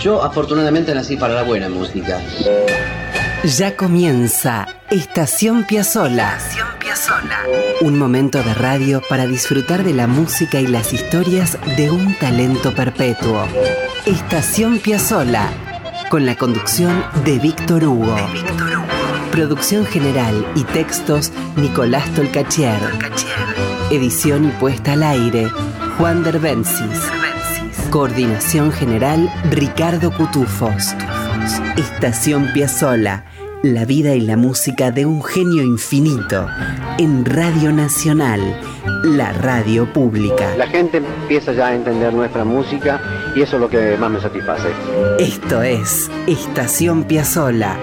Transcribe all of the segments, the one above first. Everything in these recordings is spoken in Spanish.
Yo afortunadamente nací para la buena música. Ya comienza Estación Piazzolla. Un momento de radio para disfrutar de la música y las historias de un talento perpetuo. Estación Piazzolla, con la conducción de Víctor Hugo. Producción general y textos, Nicolás Tolcachier. Edición y puesta al aire, Juan Derbencis. Coordinación general, Ricardo Cutufos. Estación Piazzolla, la vida y la música de un genio infinito, en Radio Nacional, la radio pública. La gente empieza ya a entender nuestra música y eso es lo que más me satisface. Esto es Estación Piazzolla.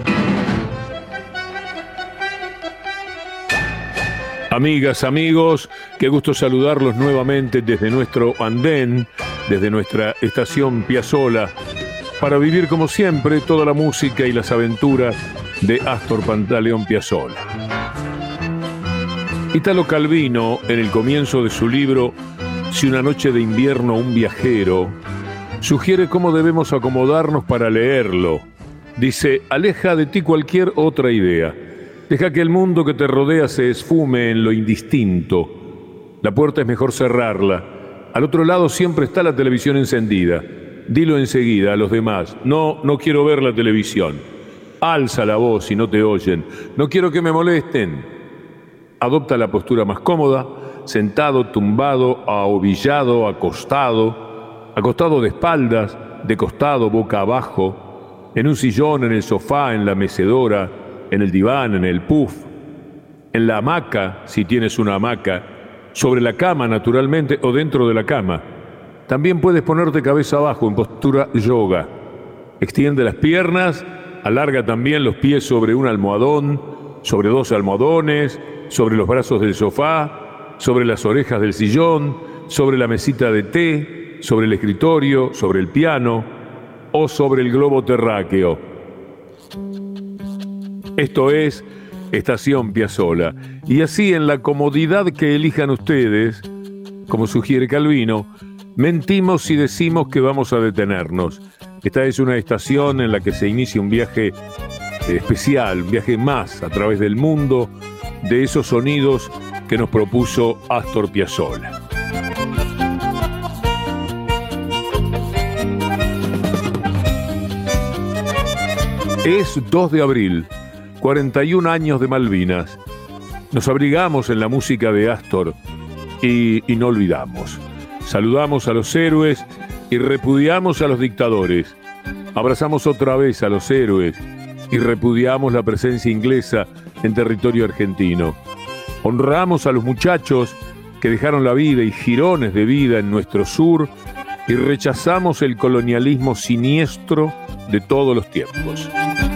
Amigas, amigos, qué gusto saludarlos nuevamente desde nuestro andén, desde nuestra Estación Piazzolla, para vivir como siempre toda la música y las aventuras de Astor Pantaleón Piazzolla. Italo Calvino, en el comienzo de su libro Si una noche de invierno un viajero, sugiere cómo debemos acomodarnos para leerlo. Dice: aleja de ti cualquier otra idea. Deja que el mundo que te rodea se esfume en lo indistinto. La puerta es mejor cerrarla. Al otro lado siempre está la televisión encendida. Dilo enseguida a los demás: no quiero ver la televisión. Alza la voz si no te oyen. No quiero que me molesten. Adopta la postura más cómoda, sentado, tumbado, ahobillado, acostado de espaldas, de costado, boca abajo, en un sillón, en el sofá, en la mecedora, en el diván, en el puff, en la hamaca, si tienes una hamaca, sobre la cama, naturalmente, o dentro de la cama. También puedes ponerte cabeza abajo en postura yoga. Extiende las piernas, alarga también los pies sobre un almohadón, sobre dos almohadones, sobre los brazos del sofá, sobre las orejas del sillón, sobre la mesita de té, sobre el escritorio, sobre el piano o sobre el globo terráqueo. Esto es Estación Piazzolla. Y así, en la comodidad que elijan ustedes, como sugiere Calvino, mentimos si decimos que vamos a detenernos. Esta es una estación en la que se inicia un viaje especial, un viaje más a través del mundo de esos sonidos que nos propuso Astor Piazzolla. Es 2 de abril, 41 años de Malvinas. Nos abrigamos en la música de Astor y no olvidamos. Saludamos a los héroes y repudiamos a los dictadores. Abrazamos otra vez a los héroes y repudiamos la presencia inglesa en territorio argentino. Honramos a los muchachos que dejaron la vida y jirones de vida en nuestro sur y rechazamos el colonialismo siniestro de todos los tiempos.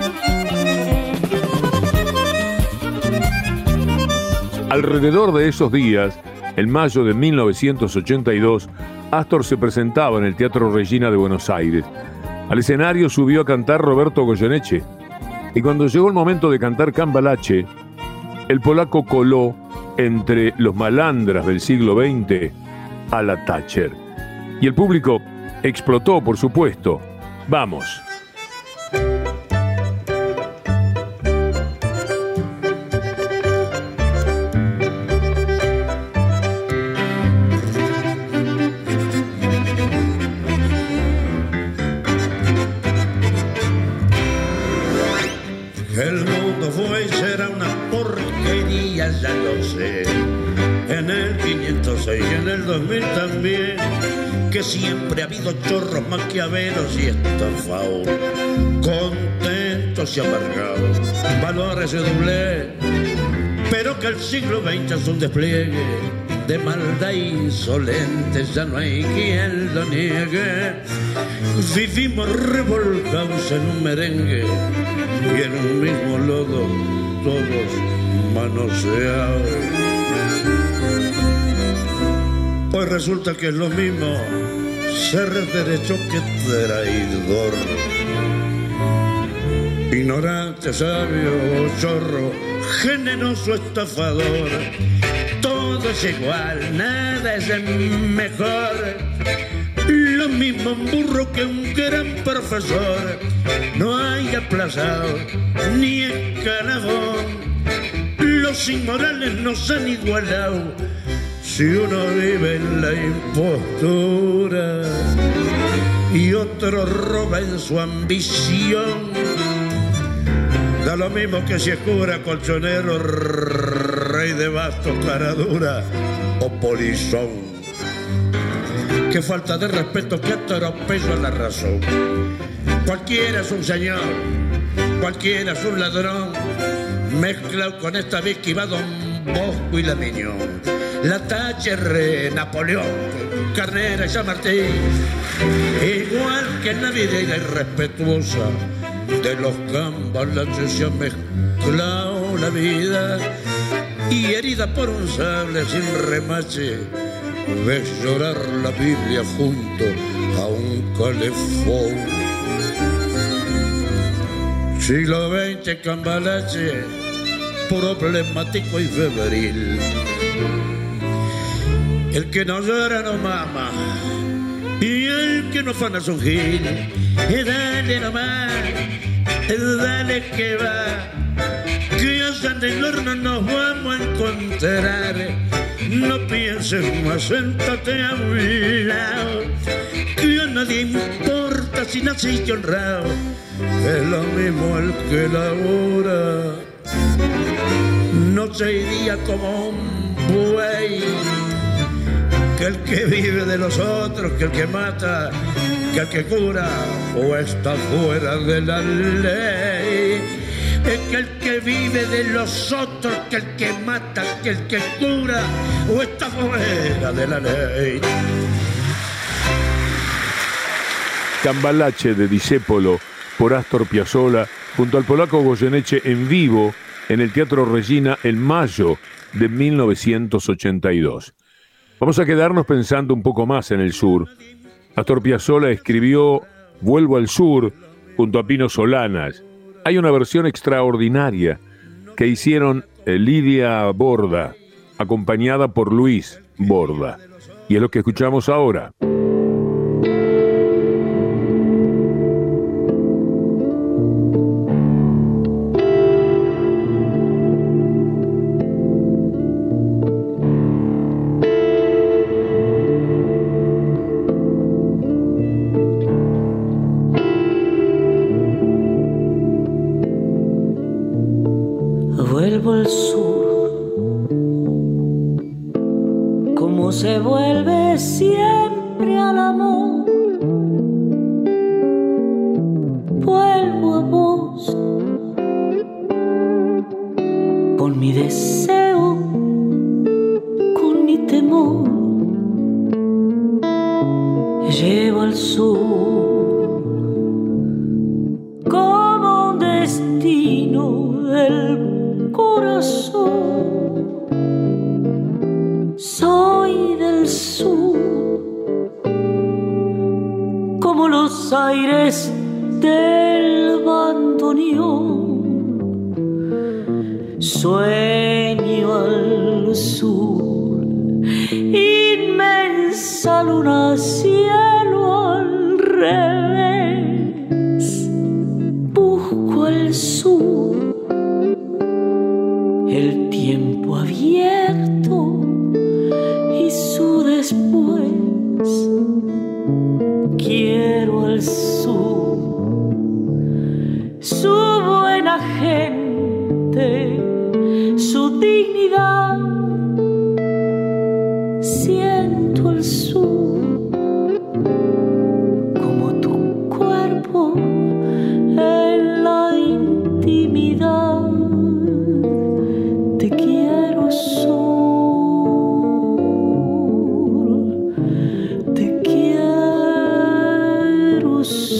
Alrededor de esos días, en mayo de 1982, Astor se presentaba en el Teatro Regina de Buenos Aires. Al escenario subió a cantar Roberto Goyeneche. Y cuando llegó el momento de cantar Cambalache, el polaco coló entre los malandras del siglo XX a la Thatcher. Y el público explotó, por supuesto. ¡Vamos! El mundo fue y será una porquería, ya lo sé. En el 506 y en el 2000 también. Que siempre ha habido chorros, maquiaveros y estafados, contentos y amargados, valores de doble. Pero que el siglo XX es un despliegue de maldad insolente, ya no hay quien lo niegue. Vivimos revolcados en un merengue y en un mismo lodo, todos manoseados. Pues resulta que es lo mismo ser derecho que traidor. Ignorante, sabio, chorro, generoso, estafador. Todo es igual, nada es mejor. lo mismo un burro que un gran profesor. No hay aplazado ni escalafón. Los inmorales nos han igualado si uno vive en la impostura y otro roba en su ambición. Da lo mismo que si es cura, colchonero, rey de bastos, cara dura o polizón. Qué falta de respeto, qué atropello a la razón. Cualquiera es un señor, cualquiera es un ladrón, mezclado con esta Vicky va Don Bosco y la Miñón, la Thatcher, Napoleón, Carnera y San Martín. Igual que en la vida irrespetuosa de los cambalaches se ha mezclado la vida, y herida por un sable sin remache ves llorar la Biblia junto a un calefón. Siglo XX, cambalache, problemático y febril. El que no llora no mama, y el que no fana es un gil. Dale nomás, dale que va, que allá en el horno nos vamos a encontrar. No pienses más, séntate a un lado, que a nadie importa si naciste honrado. Es lo mismo el que labora noche y día como un buey, que el que vive de los otros, que el que mata, que el que cura o está fuera de la ley. Es que el que vive de los otros, que el que mata, que el que cura o está fuera de la ley. Cambalache de Discépolo por Astor Piazzolla junto al polaco Goyeneche en vivo en el Teatro Regina en mayo de 1982. Vamos a quedarnos pensando un poco más en el sur. Astor Piazzolla escribió Vuelvo al sur junto a Pino Solanas. Hay una versión extraordinaria que hicieron Lidia Borda, acompañada por Luis Borda. Y es lo que escuchamos ahora. Vuelvo al sur, como se vuelve siempre al amor. Vuelvo a vos, con mi deseo, con mi temor. Llevo al sur como un destino del corazón. Soy del sur como los aires del bandoneón. Sueño al sur, inmensa luna, cielo al revés. Busco al sur el tiempo abierto y su después. Quiero al sur su buena gente, su dignidad. Siento al sur como tu cuerpo en la intimidad. Te quiero sur, te quiero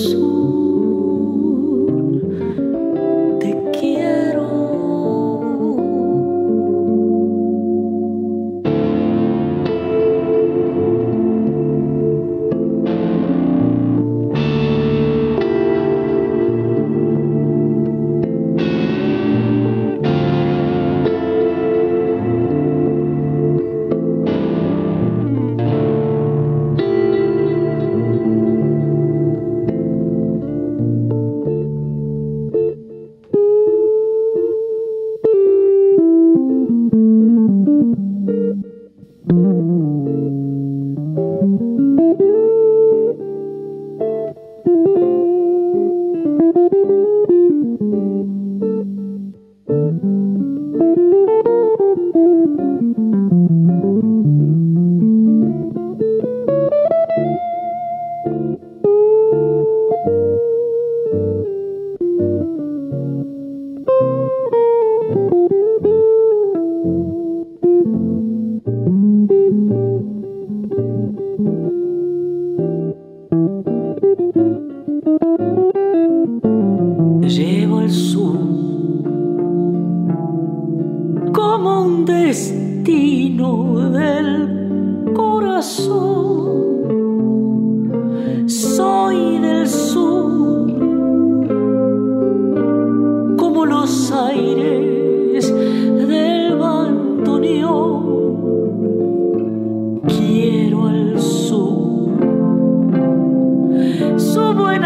sur, te quiero.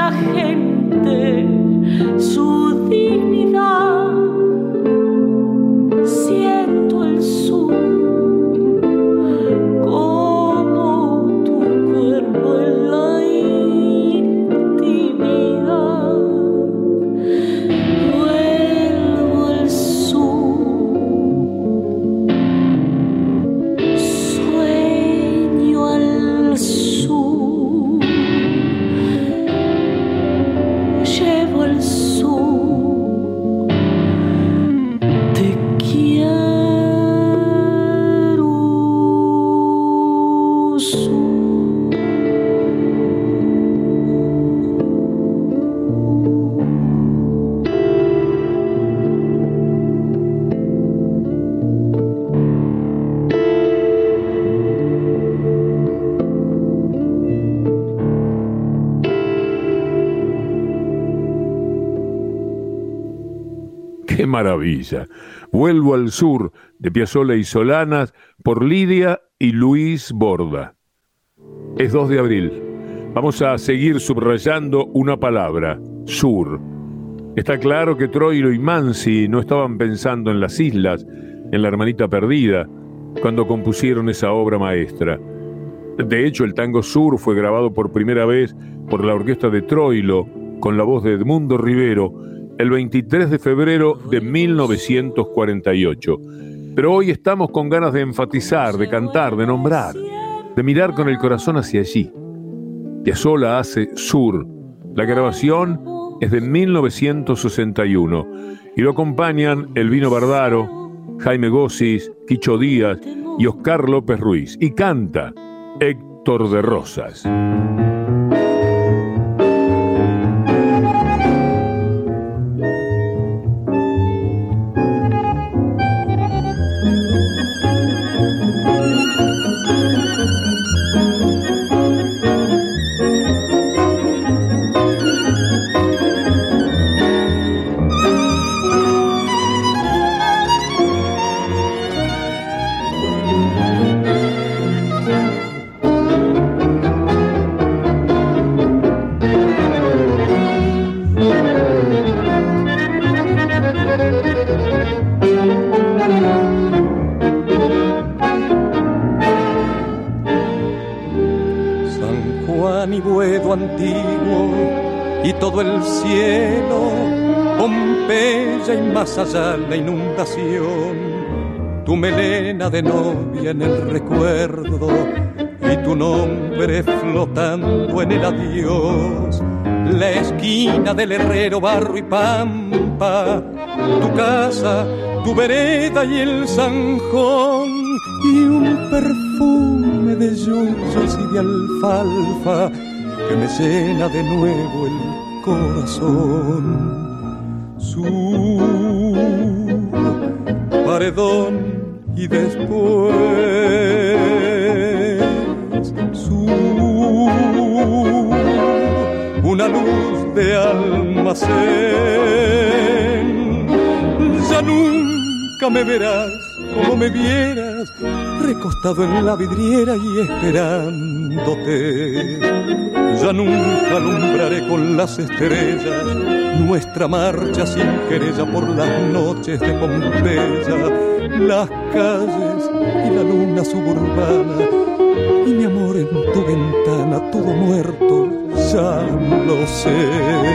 la gente su dignidad. Siento el sur como tu cuerpo en la intimidad. Vuelvo al sur, sueño al sur, llevo al sur, te quiero sur. ¡Qué maravilla! Vuelvo al sur, de Piazzolla y Solanas, por Lidia y Luis Borda. Es 2 de abril. Vamos a seguir subrayando una palabra, sur. Está claro que Troilo y Mansi no estaban pensando en las islas, en la hermanita perdida, cuando compusieron esa obra maestra. De hecho, el tango sur fue grabado por primera vez por la orquesta de Troilo, con la voz de Edmundo Rivero, el 23 de febrero de 1948. Pero hoy estamos con ganas de enfatizar, de cantar, de nombrar, de mirar con el corazón hacia allí. Piazzolla hace Sur. La grabación es de 1961 y lo acompañan Elvino Bardaro, Jaime Gossis, Quicho Díaz y Oscar López Ruiz. Y canta Héctor de Rosas. Antiguo y todo el cielo, Pompeya y más allá la inundación, tu melena de novia en el recuerdo y tu nombre flotando en el adiós, la esquina del herrero, barro y pampa, tu casa, tu vereda y el zanjón y un perfume de yuyos y de alfalfa que me llena de nuevo el corazón. Su paredón y después su una luz de almacén. Ya nunca me verás como me vieras, recostado en la vidriera y esperándote. Ya nunca alumbraré con las estrellas nuestra marcha sin querella por las noches de Pompeya, las calles y la luna suburbana, y mi amor en tu ventana, todo muerto, ya lo sé.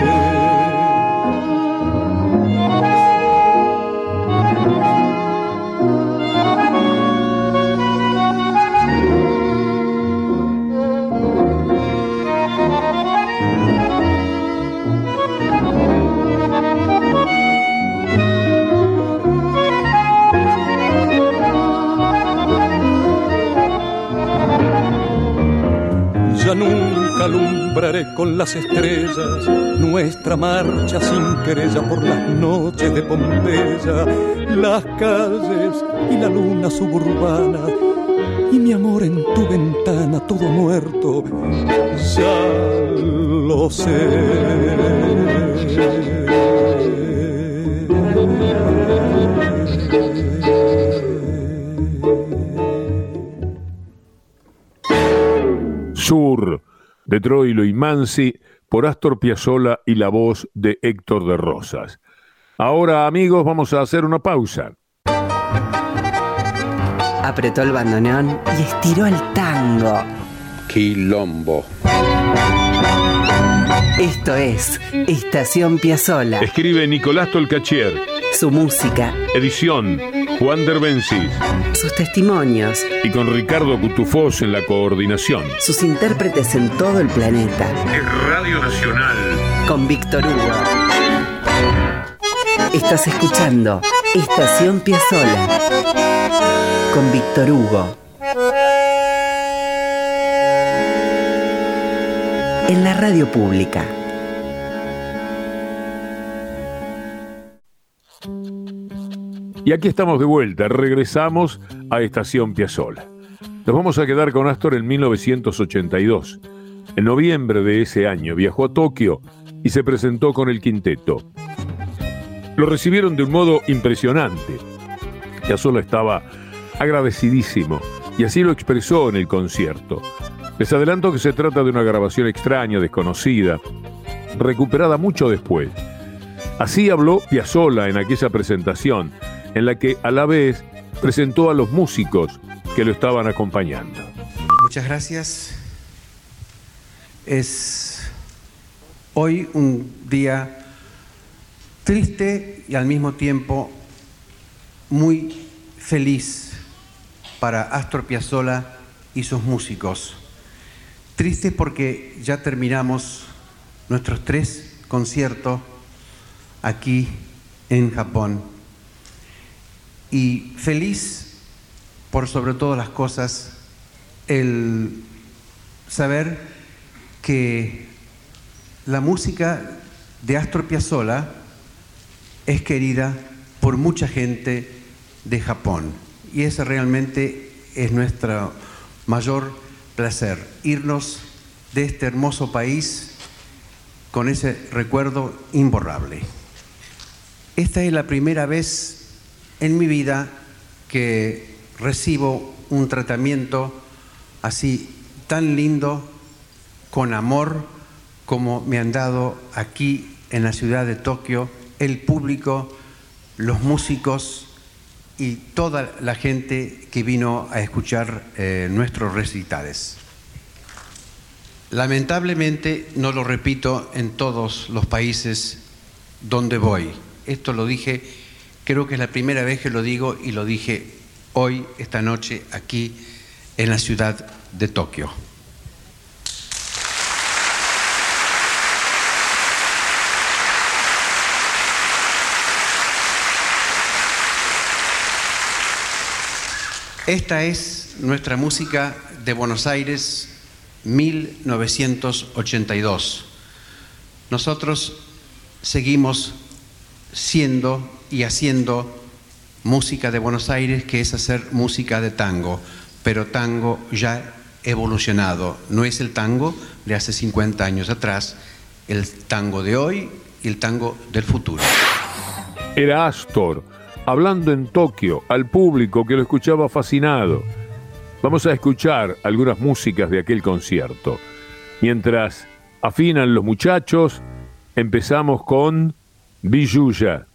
Ya nunca alumbraré con las estrellas nuestra marcha sin querella por las noches de Pompeya, las calles y la luna suburbana, y mi amor en tu ventana, todo muerto, ya lo sé. Sur, de Troilo y Mansi, por Astor Piazzolla y la voz de Héctor de Rosas. Ahora, amigos, vamos a hacer una pausa. Apretó el bandoneón y estiró el tango. Quilombo. Esto es Estación Piazzolla. Escribe Nicolás Tolcachier. Su música. Edición Juan Derbencis. Sus testimonios. Y con Ricardo Cutufós en la coordinación. Sus intérpretes en todo el planeta. Es Radio Nacional. Con Víctor Hugo. Estás escuchando Estación Piazzolla. Con Víctor Hugo. En la radio pública. Y aquí estamos de vuelta, regresamos a Estación Piazzolla. Nos vamos a quedar con Astor en 1982. En noviembre de ese año viajó a Tokio y se presentó con el quinteto. Lo recibieron de un modo impresionante. Piazzolla estaba agradecidísimo y así lo expresó en el concierto. Les adelanto que se trata de una grabación extraña, desconocida, recuperada mucho después. Así habló Piazzolla en aquella presentación, en la que a la vez presentó a los músicos que lo estaban acompañando. Muchas gracias. Es hoy un día triste y al mismo tiempo muy feliz para Astor Piazzolla y sus músicos. Triste porque ya terminamos nuestros 3 conciertos aquí en Japón. Y feliz por sobre todas las cosas el saber que la música de Astor Piazzolla es querida por mucha gente de Japón. Y ese realmente es nuestro mayor placer, irnos de este hermoso país con ese recuerdo imborrable. Esta es la primera vez en mi vida que recibo un tratamiento así tan lindo, con amor, como me han dado aquí en la ciudad de Tokio, el público, los músicos y toda la gente que vino a escuchar nuestros recitales. Lamentablemente no lo repito en todos los países donde voy. Esto lo dije, creo que es la primera vez que lo digo y lo dije hoy, esta noche, aquí en la ciudad de Tokio. Esta es nuestra música de Buenos Aires, 1982. Nosotros seguimos siendo y haciendo música de Buenos Aires, que es hacer música de tango, pero tango ya evolucionado. No es el tango de hace 50 años atrás, el tango de hoy y el tango del futuro. Era Astor, hablando en Tokio al público que lo escuchaba fascinado. Vamos a escuchar algunas músicas de aquel concierto. Mientras afinan los muchachos, empezamos con Billulla.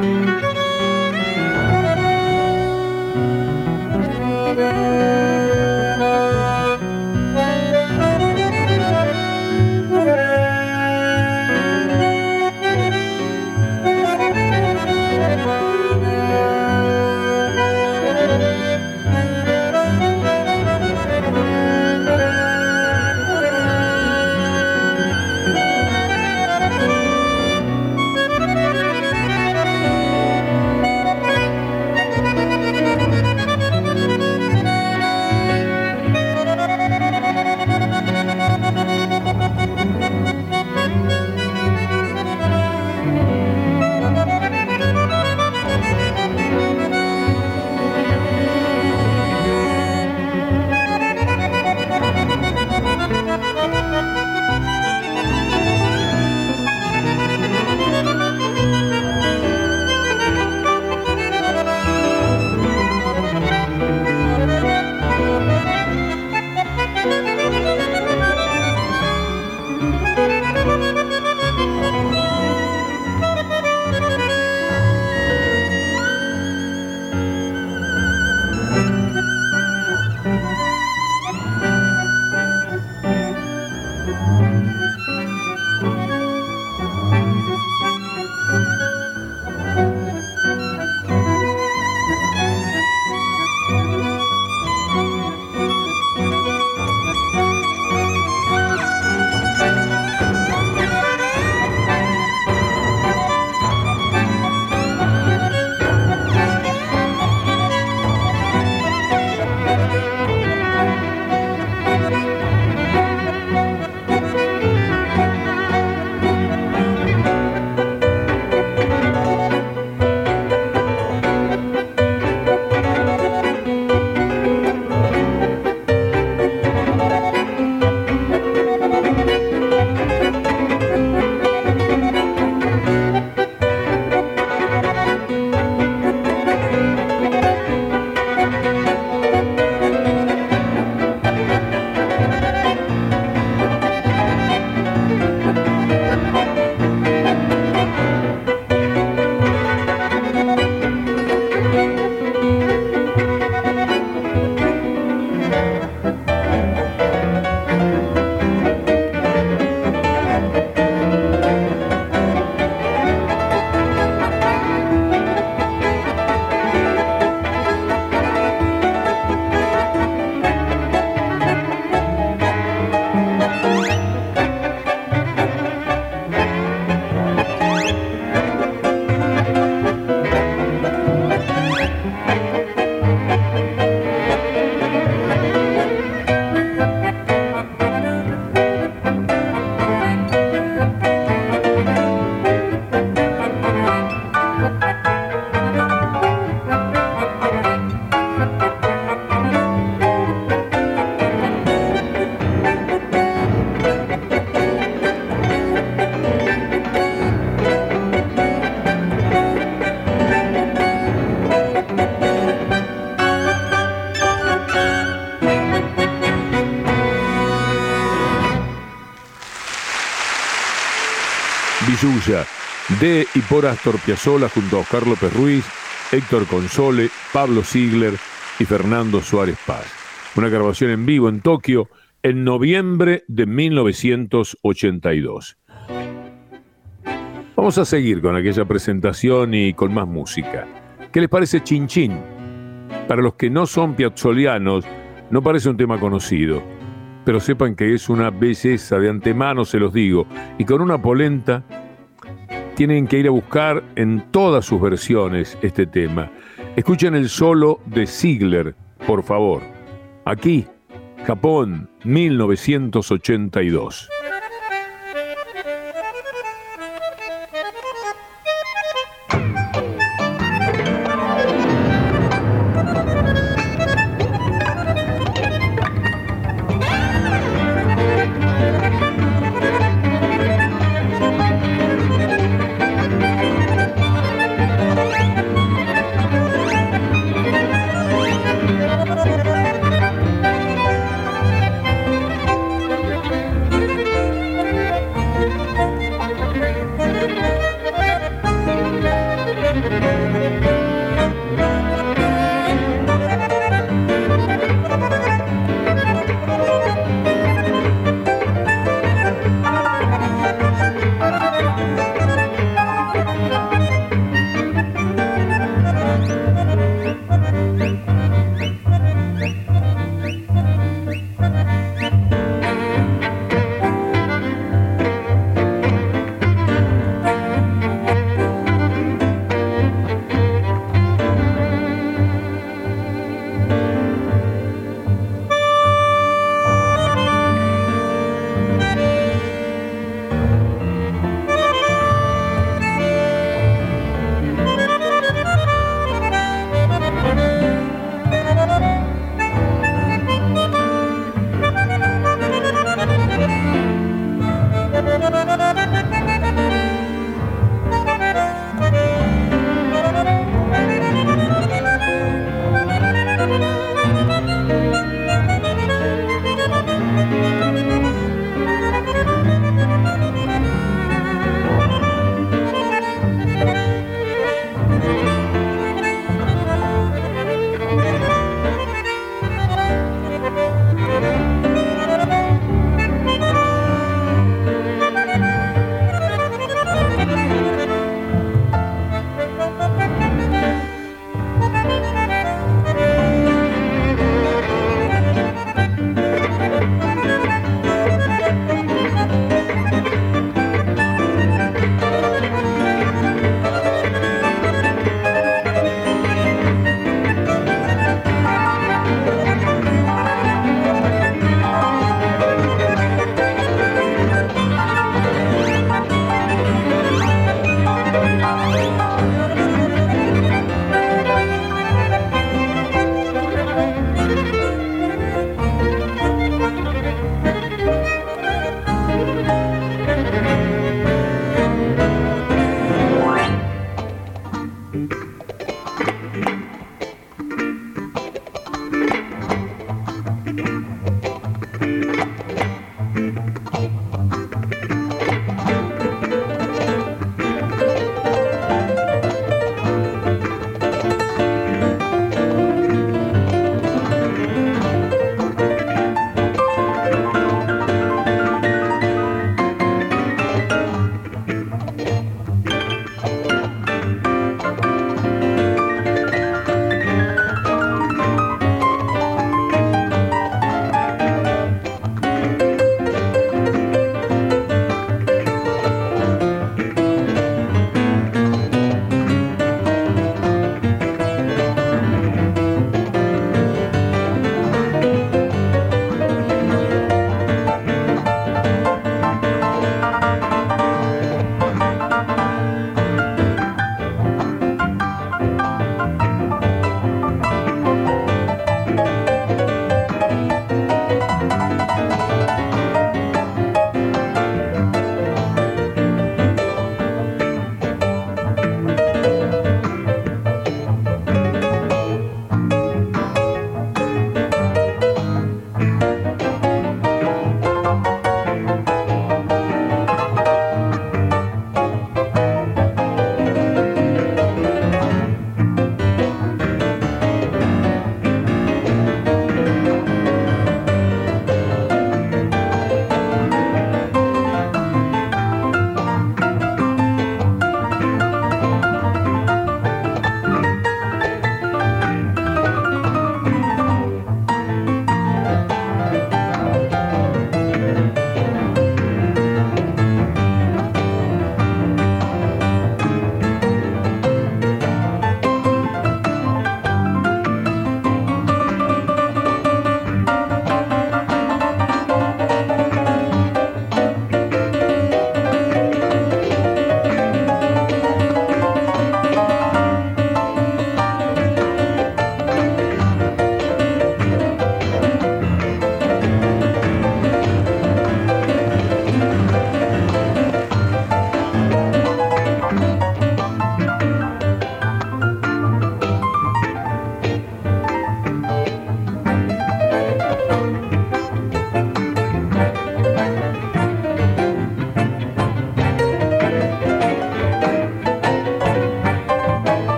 Villuya, de y por Astor Piazzolla junto a Oscar López Ruiz, Héctor Console, Pablo Ziegler y Fernando Suárez Paz. Una grabación en vivo en Tokio en noviembre de 1982. Vamos a seguir con aquella presentación y con más música. ¿Qué les parece Chin Chin? Para los que no son piazzolianos, no parece un tema conocido, pero sepan que es una belleza, de antemano se los digo, y con una polenta tienen que ir a buscar en todas sus versiones este tema. Escuchen el solo de Ziegler, por favor. Aquí, Japón, 1982.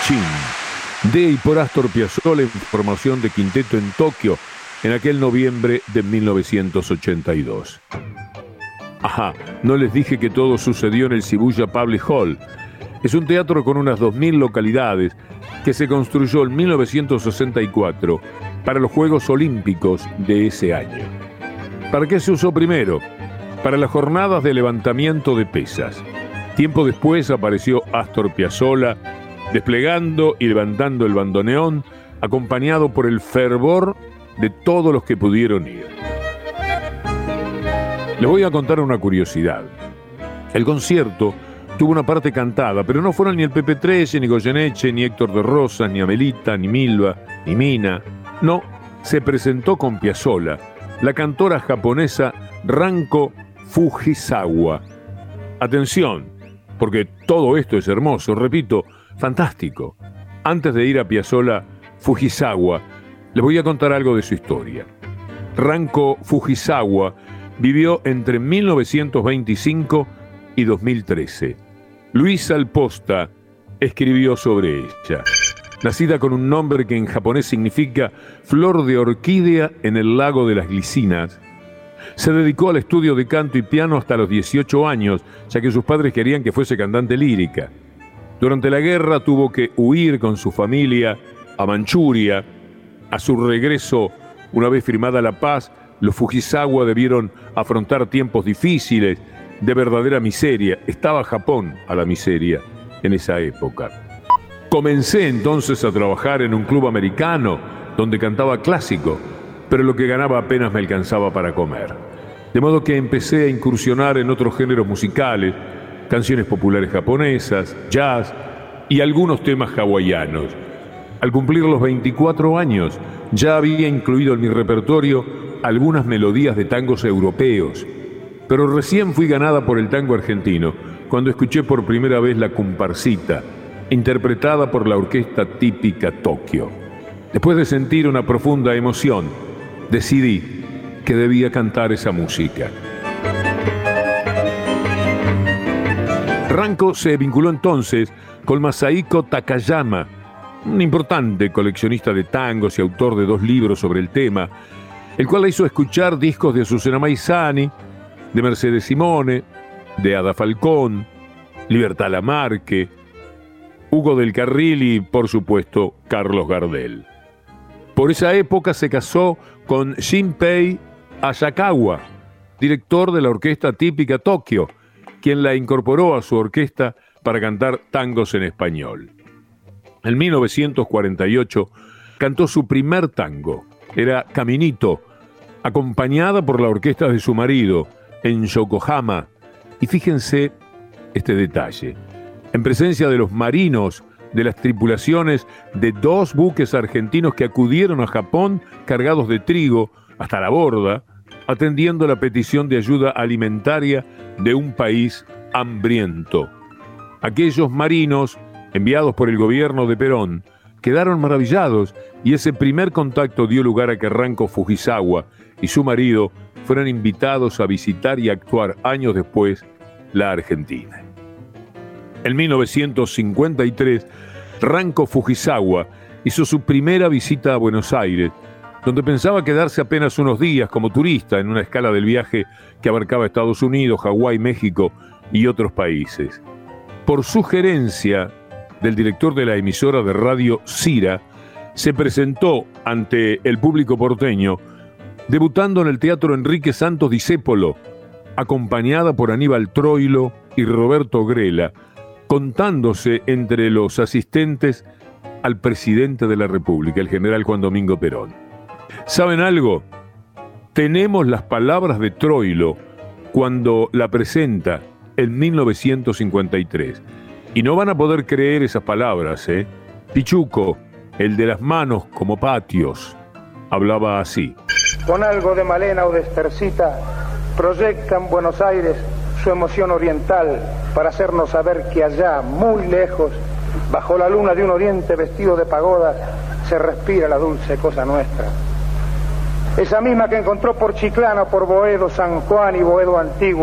Chin, de y por Astor Piazzolla en formación de quinteto en Tokio en aquel noviembre de 1982. Ajá, no les dije que todo sucedió en el Shibuya Public Hall. Es un teatro con unas 2.000 localidades que se construyó en 1964 para los Juegos Olímpicos de ese año. ¿Para qué se usó primero? Para las jornadas de levantamiento de pesas. Tiempo después apareció Astor Piazzolla desplegando y levantando el bandoneón, acompañado por el fervor de todos los que pudieron ir. Les voy a contar una curiosidad. El concierto tuvo una parte cantada, pero no fueron ni el Pepe Trece, ni Goyeneche, ni Héctor de Rosas, ni Amelita, ni Milva, ni Mina. No, se presentó con Piazzolla, la cantora japonesa Ranko Fujisawa. Atención, porque todo esto es hermoso, repito, fantástico. Antes de ir a Piazzolla Fujisawa, les voy a contar algo de su historia. Ranko Fujisawa vivió entre 1925 y 2013. Luis Alposta escribió sobre ella. Nacida con un nombre que en japonés significa flor de orquídea en el lago de las glicinas, se dedicó al estudio de canto y piano hasta los 18 años, ya que sus padres querían que fuese cantante lírica. Durante la guerra tuvo que huir con su familia a Manchuria. A su regreso, una vez firmada la paz, los Fujisawa debieron afrontar tiempos difíciles, de verdadera miseria. Estaba Japón a la miseria en esa época. Comencé entonces a trabajar en un club americano donde cantaba clásico, pero lo que ganaba apenas me alcanzaba para comer. De modo que empecé a incursionar en otros géneros musicales, canciones populares japonesas, jazz y algunos temas hawaianos. Al cumplir los 24 años, ya había incluido en mi repertorio algunas melodías de tangos europeos, pero recién fui ganada por el tango argentino cuando escuché por primera vez la Comparsita, interpretada por la Orquesta Típica Tokio. Después de sentir una profunda emoción, decidí que debía cantar esa música. Ranko se vinculó entonces con Masahiko Takayama, un importante coleccionista de tangos y autor de 2 libros sobre el tema, el cual la hizo escuchar discos de Azucena Maizani, de Mercedes Simone, de Ada Falcón, Libertad Lamarque, Hugo del Carril y, por supuesto, Carlos Gardel. Por esa época se casó con Shinpei Asakawa, director de la Orquesta Típica Tokio, quien la incorporó a su orquesta para cantar tangos en español. En 1948 cantó su primer tango, era Caminito, acompañada por la orquesta de su marido en Yokohama. Y fíjense este detalle, en presencia de los marinos de las tripulaciones de 2 buques argentinos que acudieron a Japón cargados de trigo hasta la borda, atendiendo la petición de ayuda alimentaria de un país hambriento. Aquellos marinos, enviados por el gobierno de Perón, quedaron maravillados y ese primer contacto dio lugar a que Ranko Fujisawa y su marido fueran invitados a visitar y actuar años después la Argentina. En 1953, Ranko Fujisawa hizo su primera visita a Buenos Aires, donde pensaba quedarse apenas unos días como turista en una escala del viaje que abarcaba Estados Unidos, Hawái, México y otros países. Por sugerencia del director de la emisora de radio Cira, se presentó ante el público porteño, debutando en el Teatro Enrique Santos Discépolo, acompañada por Aníbal Troilo y Roberto Grela, contándose entre los asistentes al presidente de la República, el general Juan Domingo Perón. ¿Saben algo? Tenemos las palabras de Troilo cuando la presenta en 1953. Y no van a poder creer esas palabras, ¿eh? Pichuco, el de las manos como patios, hablaba así. Con algo de Malena o de Estercita, proyectan Buenos Aires su emoción oriental para hacernos saber que allá, muy lejos, bajo la luna de un oriente vestido de pagodas, se respira la dulce cosa nuestra. Esa misma que encontró por Chiclana, por Boedo, San Juan y Boedo Antiguo,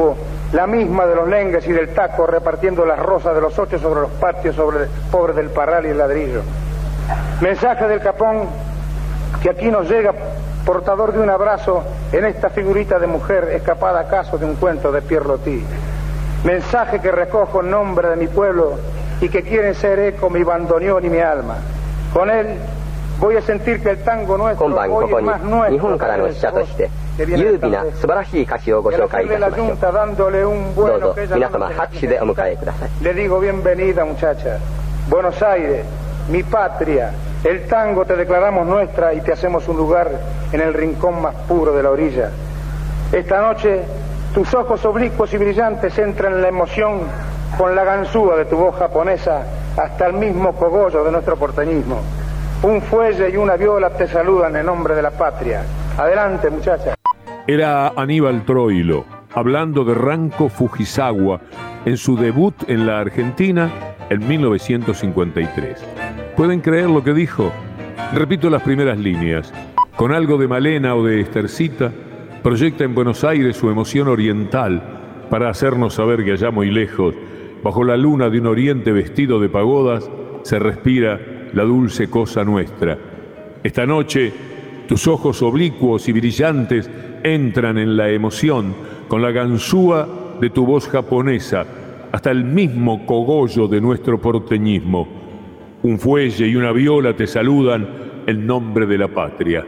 la misma de los lengues y del taco, repartiendo las rosas de los 8 sobre los patios, sobre pobres del parral y el ladrillo. Mensaje del Capón que aquí nos llega portador de un abrazo en esta figurita de mujer escapada acaso de un cuento de Pierre Loti. Mensaje que recojo en nombre de mi pueblo y que quieren ser eco mi bandoneón y mi alma. Con él voy a sentir que el tango nuestro hoy es más nuestro que優美な素晴らしい歌詞をご紹介いたしましょう。どうぞ皆様拍手でお迎えください。Le digo bienvenida, muchacha. Buenos Aires, mi patria. El tango te declaramos nuestra y te hacemos un lugar en el rincón más puro de la orilla. Esta noche tus ojos oblicuos y brillantes entran en la emoción con la ganzúa de tu voz japonesa hasta el mismo cogollo de nuestro porteñismo. Un fuelle y una viola te saludan en nombre de la patria. Adelante, muchacha. Era Aníbal Troilo, hablando de Ranco Fujisawa en su debut en la Argentina en 1953. ¿Pueden creer lo que dijo? Repito las primeras líneas. Con algo de Malena o de Estercita, proyecta en Buenos Aires su emoción oriental para hacernos saber que allá muy lejos, bajo la luna de un oriente vestido de pagodas, se respira la dulce cosa nuestra. Esta noche, tus ojos oblicuos y brillantes entran en la emoción con la ganzúa de tu voz japonesa hasta el mismo cogollo de nuestro porteñismo. Un fuelle y una viola te saludan en nombre de la patria.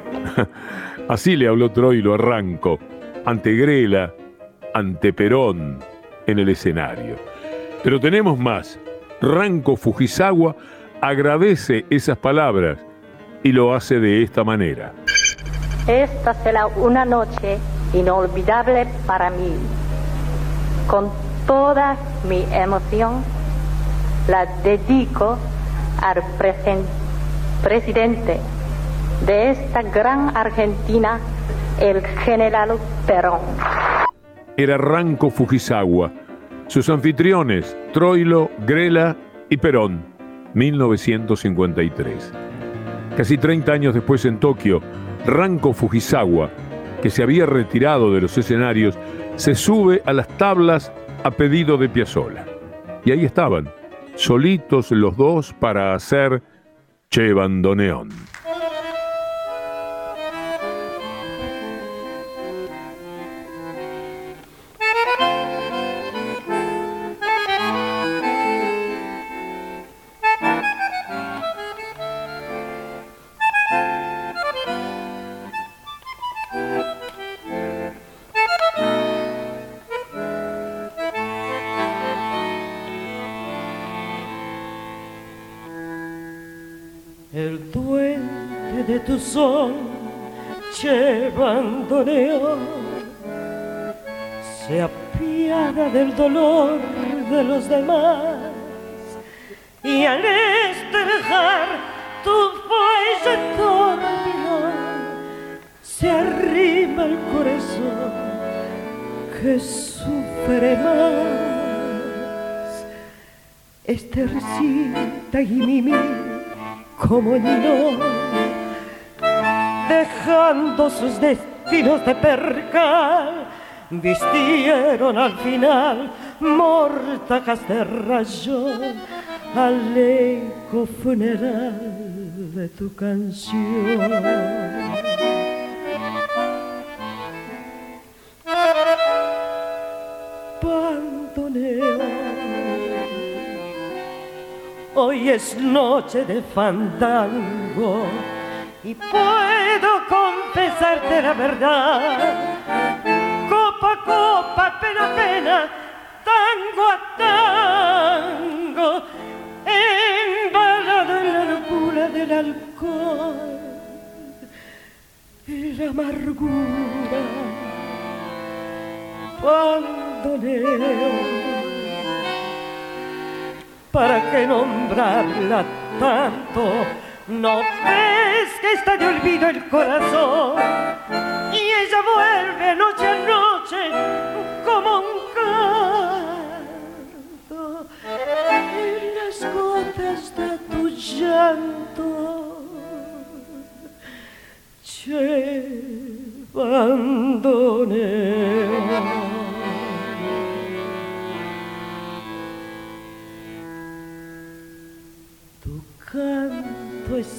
Así le habló Troilo a Ranco, ante Grela, ante Perón, en el escenario. Pero tenemos más. Ranco Fujisawa agradece esas palabras y lo hace de esta manera. Esta será una noche inolvidable para mí. Con toda mi emoción la dedico al presidente de esta gran Argentina, el general Perón. Era Ranco Fujisawa. Sus anfitriones, Troilo, Grela y Perón, 1953. Casi 30 años después en Tokio, Ranco Fujisawa, que se había retirado de los escenarios, se sube a las tablas a pedido de Piazzolla. Y ahí estaban, solitos los dos para hacer Che Bandoneón. El duende de tu son, Che Bandoneón, se apiada del dolor de los demás y al esterjar tu fuelle dormilón se arrima el corazón que sufre más. Estercita y Mimi como no, dejando sus destinos de percal, vistieron al final mortajas de rayón al eco funeral de tu canción. Bandoneón, hoy es noche de fandango y puedo confesarte la verdad. Copa a copa, pena a pena, tango a tango, embalado en la locura del alcohol y la amargura. Bandoneón, ¿para qué nombrarla tanto? ¿No ves que está de olvido el corazón? Y ella vuelve noche a noche como un canto en las gotas de tu llanto. Che Bandoneón.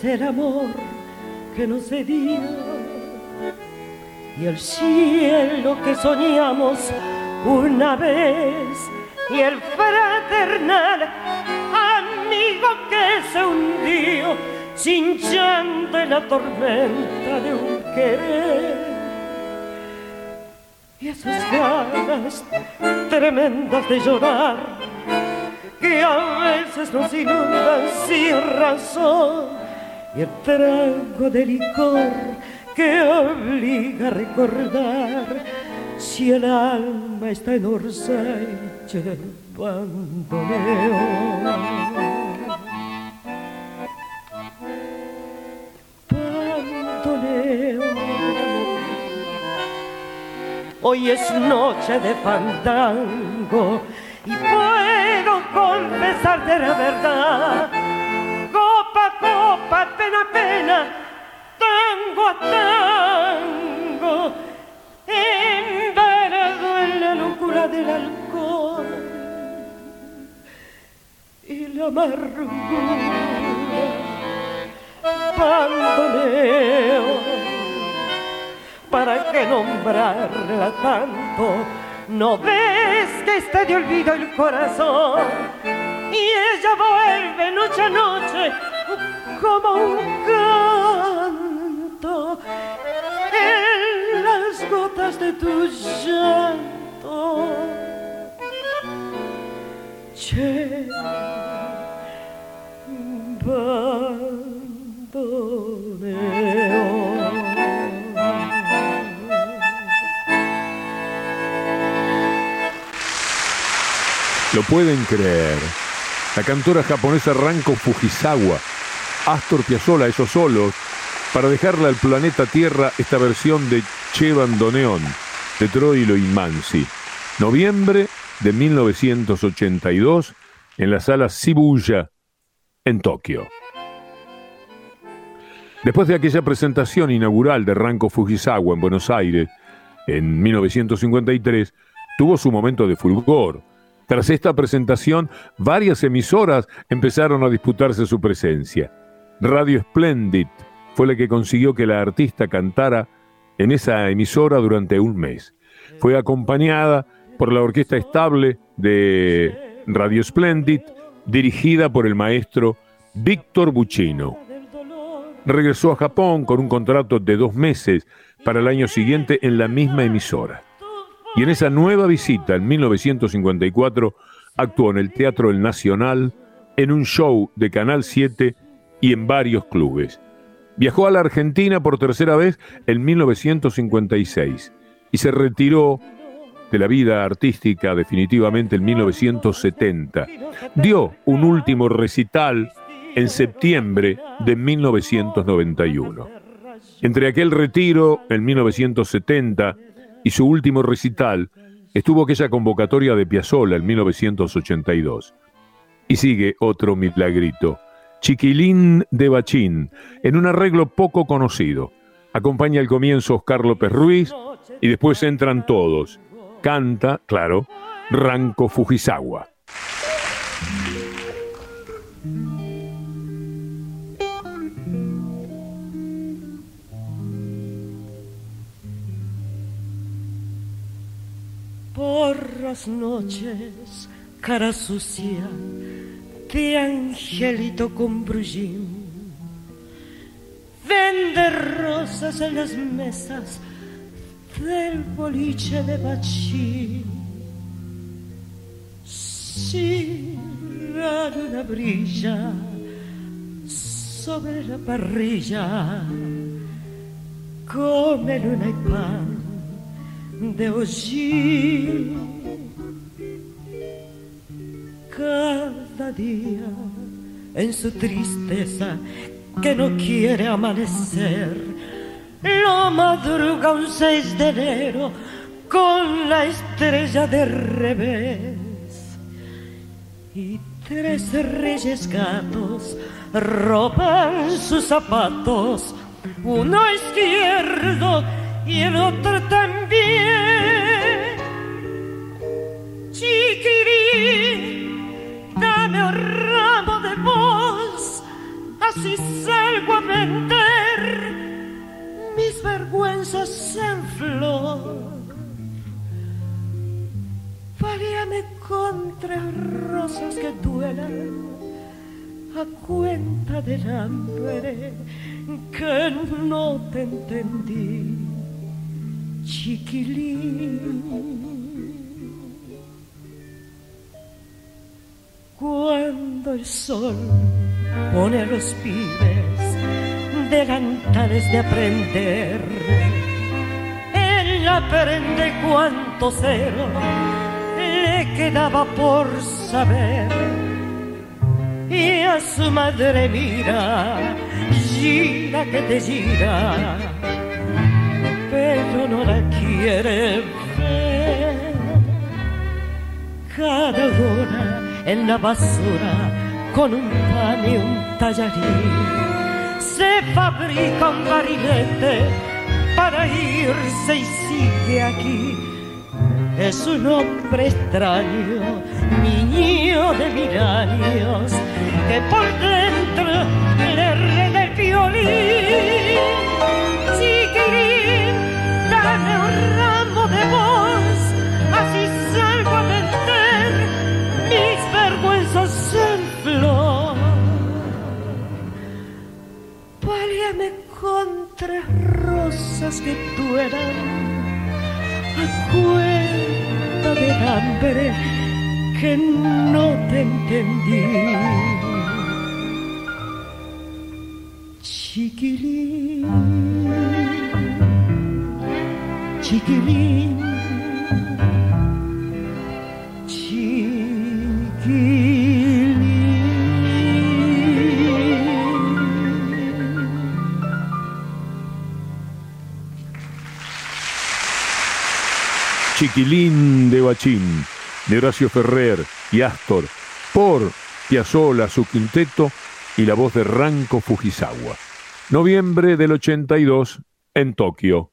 es el amor que nos cedía y el cielo que soñamos una vez y el fraternal amigo que se hundió sin llanto en la tormenta de un querer. Y esas ganas tremendas de llorar que a veces nos inundan sin razón, y el trago de licor que obliga a recordar si el alma está en Orsay llevando Hoy es noche de fandango y puedo confesarte la verdad. Copa a copa, pena a pena, tango a tango, embarado en la locura del alcohol y la amargura. Bandoneo, ¿para qué nombrarla tanto? ¿No ves que está de olvido el corazón? Y ella vuelve noche a noche como un canto en las gotas de tu llanto. Che, bandoneo. Lo pueden creer. La cantora japonesa Ranko Fujisawa, Astor Piazzolla, esos solos, para dejarle al planeta Tierra esta versión de Che Bandoneón, de Troilo y Mansi. Noviembre de 1982, en la sala Shibuya, en Tokio. Después de aquella presentación inaugural de Ranko Fujisawa en Buenos Aires, en 1953, tuvo su momento de fulgor. Tras esta presentación, varias emisoras empezaron a disputarse su presencia. Radio Splendid fue la que consiguió que la artista cantara en esa emisora durante un mes. Fue acompañada por la orquesta estable de Radio Splendid, dirigida por el maestro Víctor Buccino. Regresó a Japón con un contrato de 2 meses para el año siguiente en la misma emisora. Y en esa nueva visita, en 1954, actuó en el Teatro El Nacional, en un show de Canal 7 y en varios clubes. Viajó a la Argentina por tercera vez en 1956 y se retiró de la vida artística definitivamente en 1970. Dio un último recital en septiembre de 1991. Entre aquel retiro en 1970 y su último recital, estuvo aquella convocatoria de Piazzolla en 1982. Y sigue otro milagrito, Chiquilín de Bachín, en un arreglo poco conocido. Acompaña al comienzo Oscar López Ruiz y después entran todos. Canta, claro, Ranko Fujisawa. Por las noches, cara sucia de angelito con brujín, vende rosas en las mesas del boliche de Bachín. Si la luna brilla sobre la parrilla, come luna y pan de hollín. Cada día en su tristeza que no quiere amanecer, lo madruga un 6 de enero con la estrella de revés. Y 3 reyes gatos roban sus zapatos, uno izquierdo y el otro también. Chiquirín, dame un ramo de voz, así salgo a vender mis vergüenzas en flor. Valíame con 3 rosas que duelan a cuenta del hambre que no te entendí, chiquilín. Cuando el sol pone a los pibes delantales de aprender, él aprende cuánto cero le quedaba por saber, y a su madre mira, gira que te gira, pero no la quiere ver. Cada hora en la basura, con un pan y un tallarín, se fabrica un barilete para irse y sigue aquí. Es un hombre extraño, niño de 1000 años, que por dentro le rega el violín. Chiquilín, dame un ramo de voz, así salgo a vender mis vergüenzas en flor. Pálíame con 3 rosas que duelan a cuenta del hambre que no te entendí, chiquilín, chiquilín, chiquilín. Chiquilín de Bachín, de Horacio Ferrer y Astor, por Piazzolla, su quinteto y la voz de Ranko Fujisawa. Noviembre del 82 en Tokio.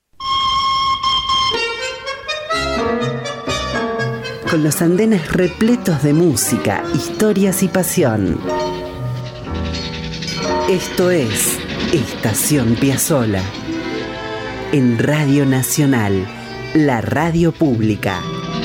Con los andenes repletos de música, historias y pasión. Esto es Estación Piazzolla en Radio Nacional, la radio pública.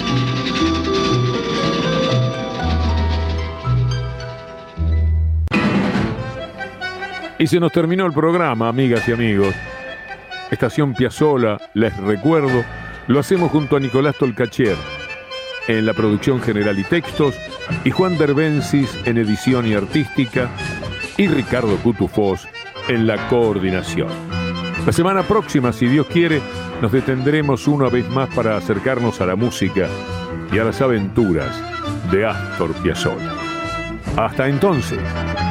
Y se nos terminó el programa, amigas y amigos. Estación Piazzolla, les recuerdo, lo hacemos junto a Nicolás Tolcachier en la producción general y textos, y Juan Derbencis en edición y artística, y Ricardo Cutufós en la coordinación. La semana próxima, si Dios quiere, nos detendremos una vez más para acercarnos a la música y a las aventuras de Astor Piazzolla. Hasta entonces.